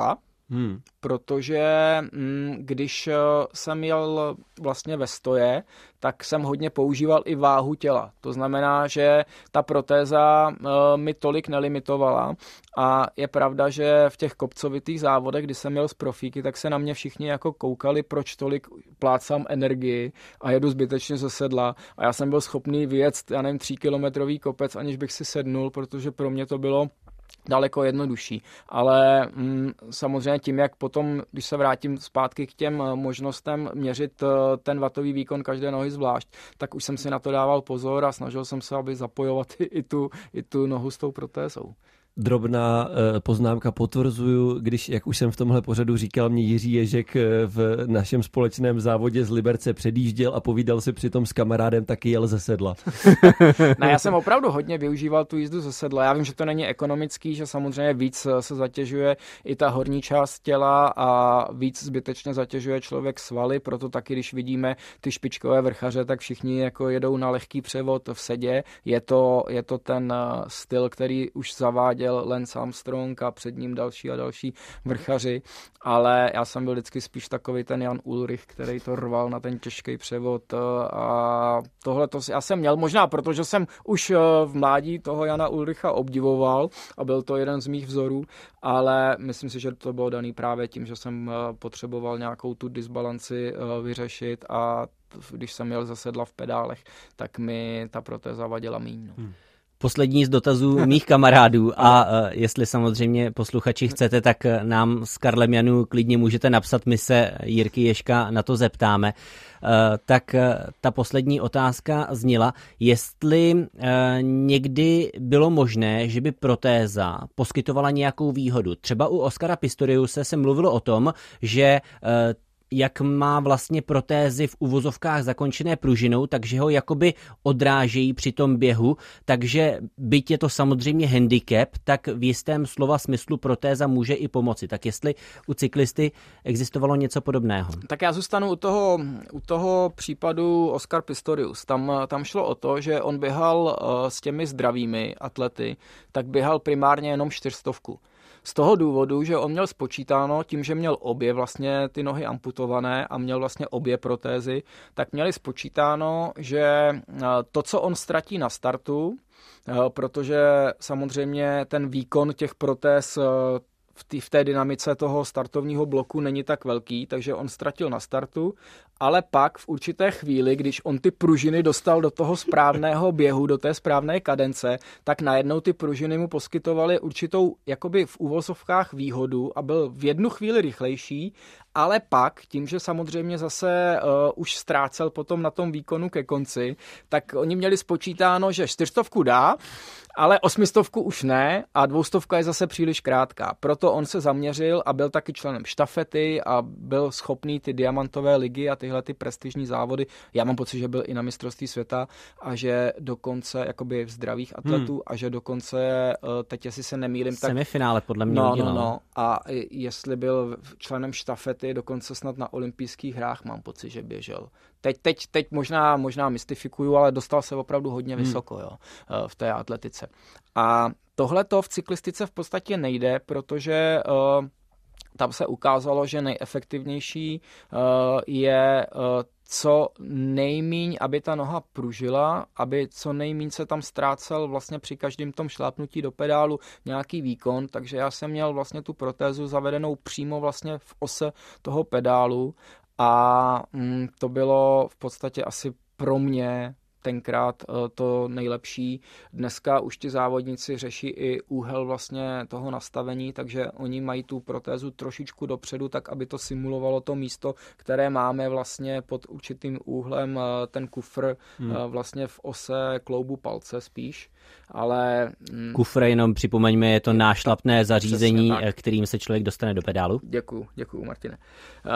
Hmm. Protože mm, když jsem jel vlastně ve stoje, tak jsem hodně používal i váhu těla. To znamená, že ta protéza uh, mi tolik nelimitovala a je pravda, že v těch kopcovitých závodech, kdy jsem jel z profíky, tak se na mě všichni jako koukali, proč tolik plácám energii a jedu zbytečně ze sedla a já jsem byl schopný vyjet, já nevím, tříkilometrový kopec, aniž bych si sednul, protože pro mě to bylo daleko jednodušší, ale mm, samozřejmě tím, jak potom, když se vrátím zpátky k těm možnostem měřit uh, ten watový výkon každé nohy zvlášť, tak už jsem si na to dával pozor a snažil jsem se, aby zapojovat i, i, tu, i tu nohu s tou protézou. Drobná poznámka, potvrzuju, když, jak už jsem v tomhle pořadu říkal, mě Jiří Ježek v našem společném závodě z Liberce předjížděl a povídal si přitom s kamarádem, taky jel ze sedla. Ne, já jsem opravdu hodně využíval tu jízdu ze sedla. Já vím, že to není ekonomický, že samozřejmě víc se zatěžuje i ta horní část těla a víc zbytečně zatěžuje člověk svaly, proto taky, když vidíme ty špičkové vrchaře, tak všichni jako jedou na lehký převod v sedě. Je to, je to ten styl, který už zavádí Lance Armstrong a před ním další a další vrchaři, ale já jsem byl vždycky spíš takový ten Jan Ulrich, který to rval na ten těžký převod a tohle to já jsem měl, možná protože jsem už v mládí toho Jana Ulricha obdivoval a byl to jeden z mých vzorů, ale myslím si, že to bylo daný právě tím, že jsem potřeboval nějakou tu disbalanci vyřešit a když jsem jel ze sedla v pedálech, tak mi ta protéza vadila míň. No. Hmm. Poslední z dotazů mých kamarádů a uh, jestli samozřejmě posluchači chcete, tak nám s Karlem Janu klidně můžete napsat, my se Jirky Ježka na to zeptáme. Uh, tak uh, ta poslední otázka zněla, jestli uh, někdy bylo možné, že by protéza poskytovala nějakou výhodu. Třeba u Oskara Pistoriuse se mluvilo o tom, že uh, jak má vlastně protézy v uvozovkách zakončené pružinou, takže ho jakoby odrážejí při tom běhu, takže byť je to samozřejmě handicap, tak v jistém slova smyslu protéza může i pomoci. Tak jestli u cyklisty existovalo něco podobného? Tak já zůstanu u toho, u toho případu Oscar Pistorius. Tam, tam šlo o to, že on běhal uh, s těmi zdravými atlety, tak běhal primárně jenom čtyřstovku. Z toho důvodu, že on měl spočítáno tím, že měl obě vlastně ty nohy amputované a měl vlastně obě protézy, tak měli spočítáno, že to, co on ztratí na startu, protože samozřejmě ten výkon těch protéz v, tý, v té dynamice toho startovního bloku není tak velký, takže on ztratil na startu, ale pak v určité chvíli, když on ty pružiny dostal do toho správného běhu, do té správné kadence, tak najednou ty pružiny mu poskytovaly určitou jakoby v uvozovkách výhodu a byl v jednu chvíli rychlejší, ale pak tím, že samozřejmě zase uh, už ztrácel potom na tom výkonu ke konci, tak oni měli spočítáno, že čtyřstovku dá, ale osmistovku už ne a dvoustovka je zase příliš krátká. Proto on se zaměřil a byl taky členem štafety a byl schopný ty diamantové ligy a tyhle ty prestižní závody. Já mám pocit, že byl i na mistrovství světa a že dokonce jakoby v zdravých atletů hmm. a že dokonce, teď jestli se nemýlím, tak... Semifinále podle mě no, udělal. No, no. A jestli byl členem štafety, dokonce snad na olympijských hrách, mám pocit, že běžel. Teď, teď, teď možná, možná mystifikuju, ale dostal se opravdu hodně hmm. vysoko jo, v té atletice. A tohleto v cyklistice v podstatě nejde, protože uh, tam se ukázalo, že nejefektivnější uh, je uh, co nejmíň, aby ta noha pružila, aby co nejmíň se tam ztrácel vlastně při každém tom šlápnutí do pedálu nějaký výkon, takže já jsem měl vlastně tu protézu zavedenou přímo vlastně v ose toho pedálu a mm, to bylo v podstatě asi pro mě tenkrát to nejlepší. Dneska už ti závodníci řeší i úhel vlastně toho nastavení, takže oni mají tu protézu trošičku dopředu, tak aby to simulovalo to místo, které máme vlastně pod určitým úhlem, ten kufr hmm. vlastně v ose kloubu palce spíš. Ale... Kufr, jenom připomeňme, je to nášlapné zařízení, kterým se člověk dostane do pedálu. Děkuju, děkuju, Martine. Uh,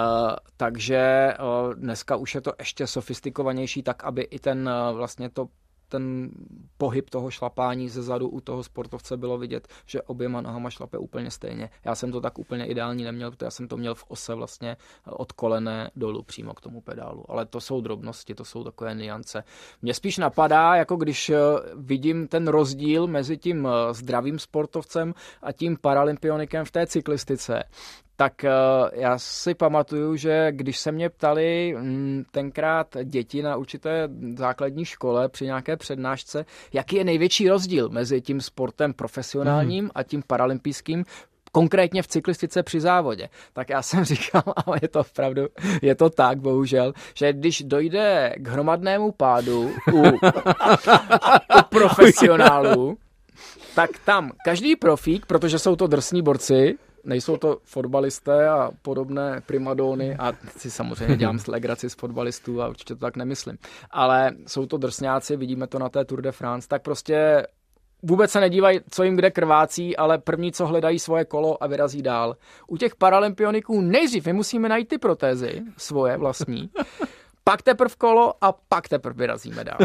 takže uh, dneska už je to ještě sofistikovanější, tak aby i ten uh, vlastně to ten pohyb toho šlapání ze zadu u toho sportovce bylo vidět, že oběma nohama šlape úplně stejně. Já jsem to tak úplně ideální neměl, protože já jsem to měl v ose vlastně od kolene dolů přímo k tomu pedálu. Ale to jsou drobnosti, to jsou takové nuance. Mně spíš napadá, jako když vidím ten rozdíl mezi tím zdravým sportovcem a tím paralympionikem v té cyklistice, tak já si pamatuju, že když se mě ptali tenkrát děti na určité základní škole při nějaké přednášce, jaký je největší rozdíl mezi tím sportem profesionálním hmm. a tím paralympijským, konkrétně v cyklistice při závodě. Tak já jsem říkal, ale je to opravdu, je to tak, bohužel, že když dojde k hromadnému pádu u, u profesionálů, tak tam každý profík, protože jsou to drsní borci, nejsou to fotbalisté a podobné primadony, a si samozřejmě dělám legraci z fotbalistů a určitě to tak nemyslím, ale jsou to drsňáci, vidíme to na té Tour de France, tak prostě vůbec se nedívají, co jim kde krvácí, ale první, co hledají svoje kolo a vyrazí dál. U těch paralympioniků nejdřív my musíme najít ty protézy, svoje vlastní, pak teprv kolo a pak teprv vyrazíme dál.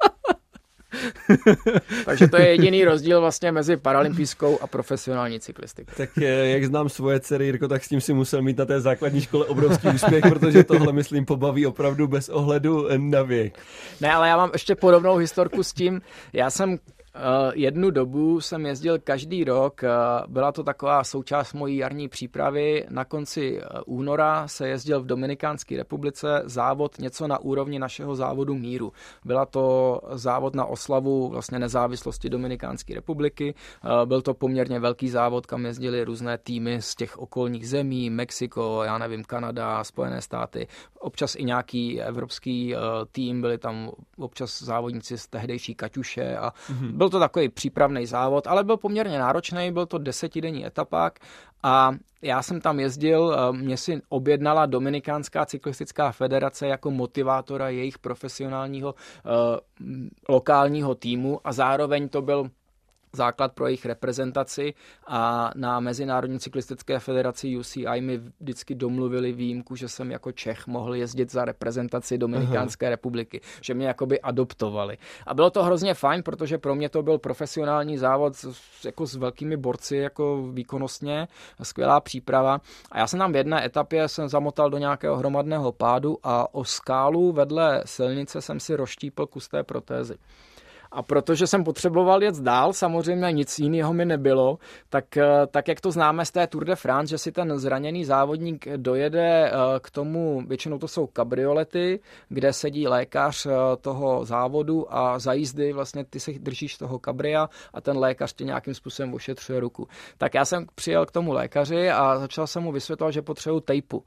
Takže to je jediný rozdíl vlastně mezi paralympijskou a profesionální cyklistikou. Tak jak znám svoje dcery, Jirko, tak s tím si musel mít na té základní škole obrovský úspěch, protože tohle, myslím, pobaví opravdu bez ohledu na věk. Ne, ale já mám ještě podobnou historku s tím. Já jsem Uh, jednu dobu jsem jezdil každý rok, uh, byla to taková součást mojí jarní přípravy, na konci uh, února se jezdil v Dominikánské republice závod něco na úrovni našeho závodu míru. Byla to závod na oslavu vlastně nezávislosti Dominikánské republiky, uh, byl to poměrně velký závod, kam jezdili různé týmy z těch okolních zemí, Mexiko, já nevím, Kanada, Spojené státy, občas i nějaký evropský uh, tým, byli tam občas závodníci z tehdejší Kaťuše a mm-hmm. Byl to takový přípravný závod, ale byl poměrně náročný, byl to desetidenní etapák a já jsem tam jezdil, mě si objednala Dominikánská cyklistická federace jako motivátora jejich profesionálního uh, lokálního týmu a zároveň to byl základ pro jejich reprezentaci a na Mezinárodní cyklistické federaci U C I mi vždycky domluvili výjimku, že jsem jako Čech mohl jezdit za reprezentaci Dominikánské Aha. republiky, že mě jakoby adoptovali. A bylo to hrozně fajn, protože pro mě to byl profesionální závod s, jako s velkými borci, jako výkonnostně, skvělá příprava. A já jsem tam v jedné etapě jsem zamotal do nějakého hromadného pádu a o skálu vedle silnice jsem si rozštípl kus té protézy. A protože jsem potřeboval jet dál, samozřejmě nic jiného mi nebylo, tak, tak jak to známe z té Tour de France, že si ten zraněný závodník dojede k tomu, většinou to jsou kabriolety, kde sedí lékař toho závodu a za jízdy vlastně ty se držíš toho kabria a ten lékař tě nějakým způsobem ošetřuje ruku. Tak já jsem přijel k tomu lékaři a začal jsem mu vysvětlovat, že potřebuji tejpu,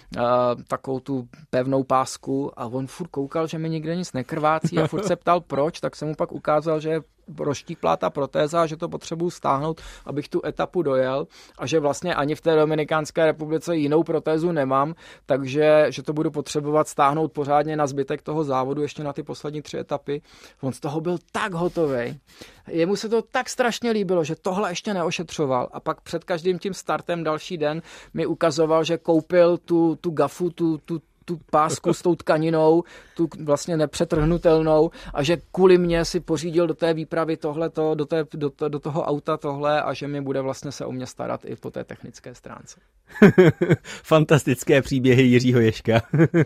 takovou tu pevnou pásku a on furt koukal, že mi nikde nic nekrvácí a furt se ptal proč, tak jsem mu pak ukázal, že je rozštíplá ta protéza, že to potřebuji stáhnout, abych tu etapu dojel a že vlastně ani v té Dominikánské republice jinou protézu nemám, takže že to budu potřebovat stáhnout pořádně na zbytek toho závodu, ještě na ty poslední tři etapy. On z toho byl tak hotovej. Jemu se to tak strašně líbilo, že tohle ještě neošetřoval a pak před každým tím startem další den mi ukazoval, že koupil tu, tu gafu, tu, tu tu pásku s tou tkaninou, tu vlastně nepřetrhnutelnou a že kvůli mě si pořídil do té výpravy tohleto, do, té, do, to, do toho auta tohle a že mi bude vlastně se o mě starat i po té technické stránce. Fantastické příběhy Jiřího Ježka.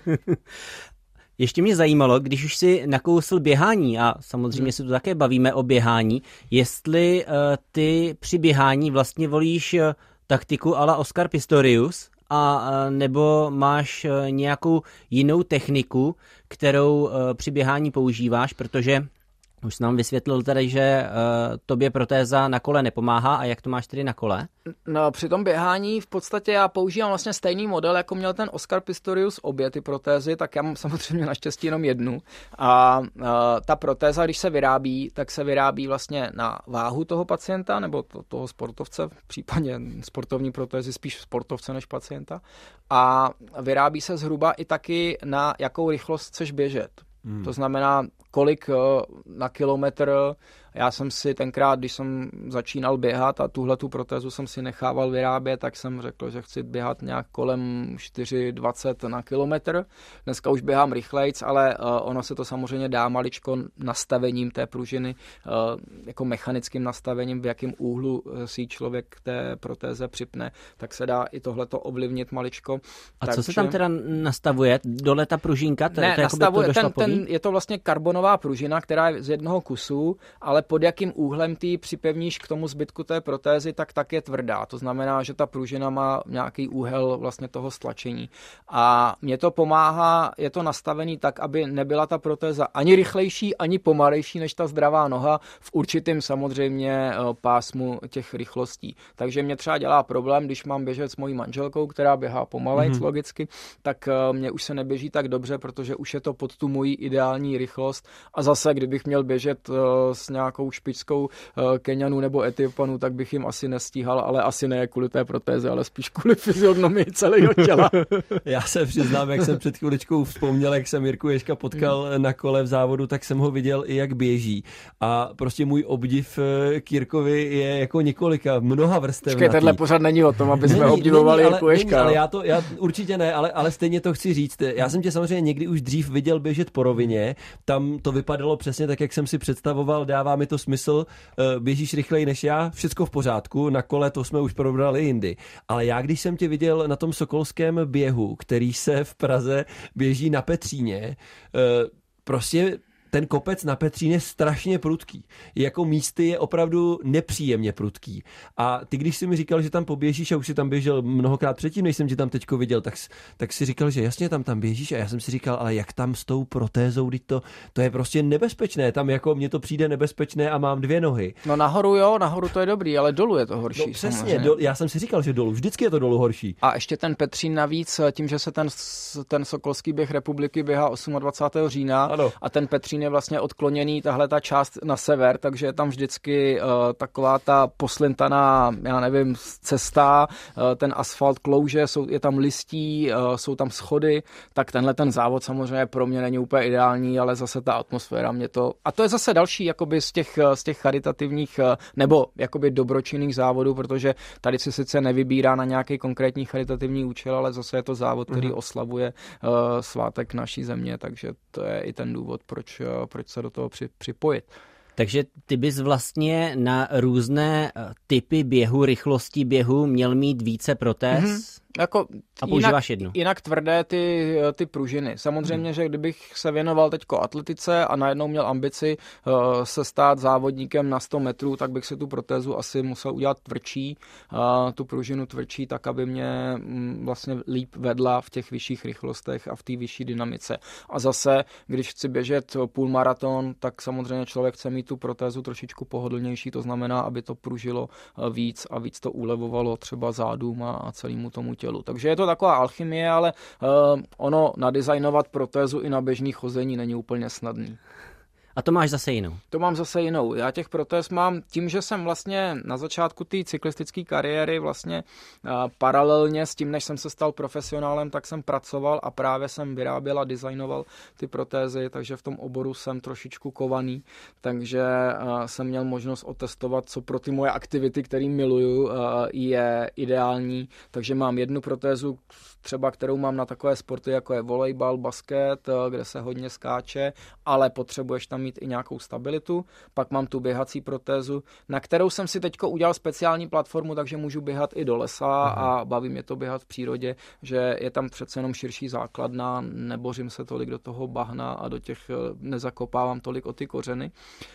Ještě mě zajímalo, když už si nakousl běhání a samozřejmě hmm. se tu také bavíme o běhání, jestli uh, ty při běhání vlastně volíš uh, taktiku a la Oscar Pistorius, a nebo máš nějakou jinou techniku, kterou při běhání používáš, protože už jsi nám vysvětlil tady, že uh, tobě protéza na kole nepomáhá a jak to máš tedy na kole? No, při tom běhání v podstatě já používám vlastně stejný model, jako měl ten Oscar Pistorius obě ty protézy, tak já mám samozřejmě naštěstí jenom jednu. A uh, ta protéza, když se vyrábí, tak se vyrábí vlastně na váhu toho pacienta nebo to, toho sportovce, v případě sportovní protézy spíš sportovce než pacienta. A vyrábí se zhruba i taky na jakou rychlost chceš běžet. Hmm. To znamená, kolik na kilometr. Já jsem si tenkrát, když jsem začínal běhat a tuhle tu protézu jsem si nechával vyrábět, tak jsem řekl, že chci běhat nějak kolem čtyři dvacet na kilometr. Dneska už běhám rychlejc, ale ono se to samozřejmě dá maličko nastavením té pružiny, jako mechanickým nastavením, v jakém úhlu si člověk k té protéze připne, tak se dá i tohleto ovlivnit maličko. A takže... co se tam teda nastavuje? Dole ta pružinka? To, ne, to nastavuje, to ten, ten, je to vlastně karbon karbonová pružina, která je z jednoho kusu, ale pod jakým úhlem ty připevníš k tomu zbytku té protézy, tak tak je tvrdá. To znamená, že ta pružina má nějaký úhel vlastně toho stlačení. A mě to pomáhá, je to nastavený tak, aby nebyla ta protéza ani rychlejší, ani pomalejší než ta zdravá noha v určitém samozřejmě pásmu těch rychlostí. Takže mě třeba dělá problém, když mám běžet s mojí manželkou, která běhá pomalejc mm-hmm. logicky, tak mě už se neběží tak dobře, protože už je to pod tu moji ideální rychlost. A zase, kdybych měl běžet s nějakou špičskou Keňanů nebo Etiopanů, tak bych jim asi nestíhal, ale asi ne kvůli té protéze, ale spíš kvůli fyziognomii celého těla. Já se přiznám, jak jsem před chviličkou vzpomněl, jak jsem Jirku Ježka potkal mm. na kole v závodu, tak jsem ho viděl i jak běží. A prostě můj obdiv k Jirkovi je jako několika, mnoha vrstev. Počkej, tenhle pořad není o tom, aby jsme není, obdivovali není, Jirku Ježka. Ale já to, já určitě ne, ale, ale stejně to chci říct. Já jsem tě samozřejmě někdy už dřív viděl běžet po rovině, tam to vypadalo přesně tak, jak jsem si představoval, dává mi to smysl, běžíš rychleji než já, všecko v pořádku, na kole to jsme už probrali jindy. Ale já, když jsem tě viděl na tom sokolském běhu, který se v Praze běží na Petříně, prostě ten kopec na Petříně je strašně prudký. Jako místy je opravdu nepříjemně prudký. A ty, když jsi mi říkal, že tam poběžíš a už jsi tam běžel mnohokrát předtím, než jsem tě tam teďko viděl, tak, tak si říkal, že jasně tam tam běžíš a já jsem si říkal, ale jak tam s tou protézou, to, to je prostě nebezpečné. Tam jako mně to přijde nebezpečné a mám dvě nohy. No nahoru jo, nahoru to je dobrý, ale dolů je to horší. No přesně, do, já jsem si říkal, že dolů, vždycky je to dolů horší. A ještě ten Petřín navíc, tím, že se ten, ten sokolský běh republiky běhá dvacátého osmého října ano. A ten Petřín je vlastně odkloněný tahle ta část na sever, takže je tam vždycky uh, taková ta poslintaná, já nevím, cesta, uh, ten asfalt klouže, jsou, je tam listí, uh, jsou tam schody, tak tenhle ten závod samozřejmě pro mě není úplně ideální, ale zase ta atmosféra mě to... A to je zase další jakoby z těch, z těch charitativních uh, nebo jakoby dobročinných závodů, protože tady se sice nevybírá na nějaký konkrétní charitativní účel, ale zase je to závod, který mm-hmm. oslavuje uh, svátek naší země, takže to je i ten důvod, proč, uh, proč se do toho při, připojit. Takže ty bys vlastně na různé typy běhu, rychlosti běhu měl mít více protéz? Mm-hmm. Jako a používáš jinak, jednu. Jinak tvrdé ty, ty pružiny. Samozřejmě, hmm. že kdybych se věnoval teďko atletice a najednou měl ambici uh, se stát závodníkem na sto metrů, tak bych si tu protézu asi musel udělat tvrdší, uh, tu pružinu tvrdší, tak aby mě um, vlastně líp vedla v těch vyšších rychlostech a v té vyšší dynamice. A zase, když chci běžet půlmaraton, tak samozřejmě člověk chce mít tu protézu trošičku pohodlnější, to znamená, aby to pružilo uh, víc a víc to ulevovalo třeba zádům a, a celému tomu tělu. Takže je to taková alchymie, ale uh, ono nadizajnovat protézu i na běžný chození není úplně snadný. A to máš zase jinou. To mám zase jinou. Já těch protéz mám tím, že jsem vlastně na začátku té cyklistické kariéry vlastně uh, paralelně s tím, než jsem se stal profesionálem, tak jsem pracoval a právě jsem vyráběl a designoval ty protézy, takže v tom oboru jsem trošičku kovaný, takže uh, jsem měl možnost otestovat, co pro ty moje aktivity, které miluju, uh, je ideální. Takže mám jednu protézu, třeba kterou mám na takové sporty, jako je volejbal, basket, uh, kde se hodně skáče, ale potřebuješ tam mít i nějakou stabilitu. Pak mám tu běhací protézu, na kterou jsem si teďko udělal speciální platformu, takže můžu běhat i do lesa. Aha. A baví mě to běhat v přírodě, že je tam přece jenom širší základna, nebořím se tolik do toho bahna a do těch nezakopávám tolik o ty kořeny.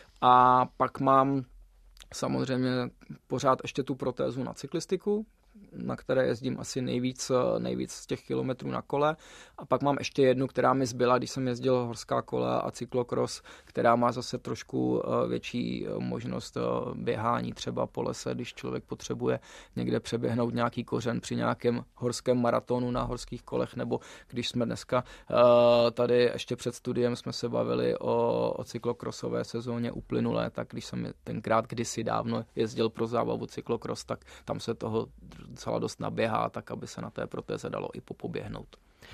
A pak mám samozřejmě pořád ještě tu protézu na cyklistiku, na které jezdím asi nejvíc, nejvíc z těch kilometrů na kole. A pak mám ještě jednu, která mi zbyla, když jsem jezdil horská kola a cyklokros, která má zase trošku větší možnost běhání třeba po lese, když člověk potřebuje někde přeběhnout nějaký kořen při nějakém horském maratonu na horských kolech, nebo když jsme dneska tady ještě před studiem jsme se bavili o, o cyklokrosové sezóně uplynulé, tak když jsem tenkrát kdysi dávno jezdil pro zábavu cyklokros, tak tam se toho docela dost naběhá, tak aby se na té protéze dalo i popoběhnout.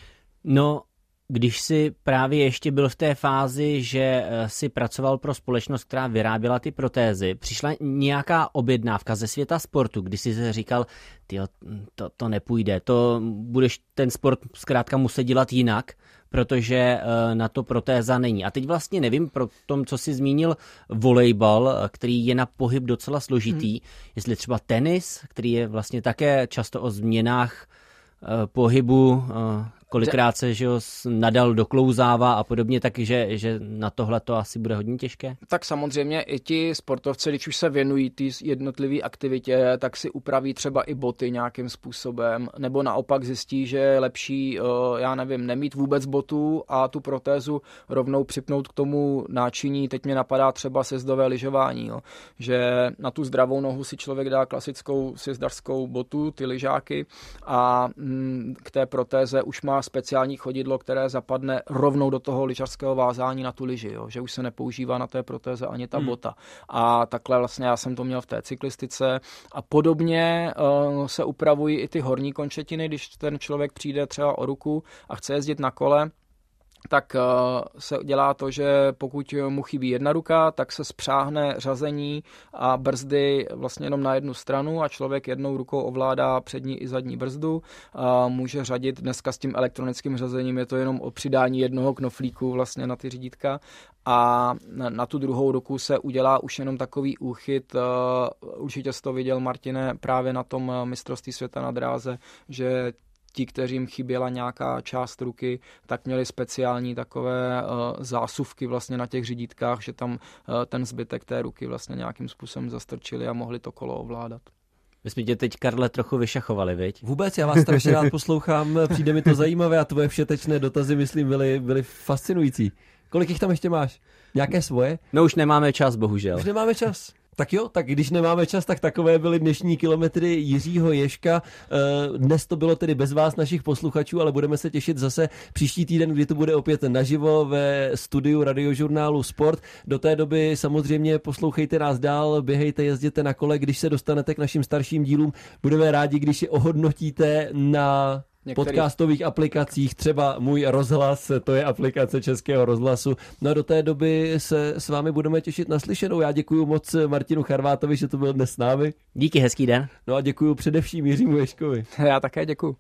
No, když jsi právě ještě byl v té fázi, že si pracoval pro společnost, která vyráběla ty protézy, přišla nějaká objednávka ze světa sportu, kdy jsi říkal, tyjo, to, to nepůjde, to budeš ten sport zkrátka muset dělat jinak, protože na to protéza není. A teď vlastně nevím, pro tom, co jsi zmínil, volejbal, který je na pohyb docela složitý, hmm. jestli třeba tenis, který je vlastně také často o změnách pohybu, kolikrát se že jo, nadal doklouzává a podobně, takže že na tohle to asi bude hodně těžké? Tak samozřejmě i ti sportovci, když už se věnují té jednotlivé aktivitě, tak si upraví třeba i boty nějakým způsobem, nebo naopak zjistí, že je lepší, já nevím, nemít vůbec botu a tu protézu rovnou připnout k tomu náčiní. Teď mě napadá třeba sjezdové lyžování, jo. Že na tu zdravou nohu si člověk dá klasickou sjezdařskou botu, ty lyžáky, a k té protéze už má speciální chodidlo, které zapadne rovnou do toho lyžařského vázání na tu lyži, jo. Že už se nepoužívá na té protéze ani ta hmm. bota. A takhle vlastně já jsem to měl v té cyklistice a podobně uh, se upravují i ty horní končetiny, když ten člověk přijde třeba o ruku a chce jezdit na kole, tak se dělá to, že pokud mu chybí jedna ruka, tak se spřáhne řazení a brzdy vlastně jenom na jednu stranu a člověk jednou rukou ovládá přední i zadní brzdu. A může řadit dneska s tím elektronickým řazením, je to jenom o přidání jednoho knoflíku vlastně na ty řídítka. A na tu druhou ruku se udělá už jenom takový úchyt. Určitě jsi to viděl, Martine, právě na tom mistrovství světa na dráze, že ti, kteřím chyběla nějaká část ruky, tak měli speciální takové uh, zásuvky vlastně na těch řídítkách, že tam uh, ten zbytek té ruky vlastně nějakým způsobem zastrčili a mohli to kolo ovládat. My jsme tě teď, Karle, trochu vyšachovali, viď? Vůbec, já vás strašně rád poslouchám, přijde mi to zajímavé a tvoje všetečné dotazy, myslím, byly, byly fascinující. Kolik jich tam ještě máš? Nějaké svoje? No už nemáme čas, bohužel. Už nemáme čas. Tak jo, tak když nemáme čas, tak takové byly dnešní kilometry Jiřího Ježka. Dnes to bylo tedy bez vás, našich posluchačů, ale budeme se těšit zase příští týden, kdy to bude opět naživo ve studiu Radiožurnálu Sport. Do té doby samozřejmě poslouchejte nás dál, běhejte, jezděte na kole, když se dostanete k našim starším dílům. Budeme rádi, když je ohodnotíte na Některý... podcastových aplikacích, třeba Můj rozhlas, to je aplikace Českého rozhlasu. No a do té doby se s vámi budeme těšit na slyšenou. Já děkuji moc Martinu Charvátovi, že to byl dnes s námi. Díky, hezký den. No a děkuji především Jiřímu Ježkovi. Já také děkuji.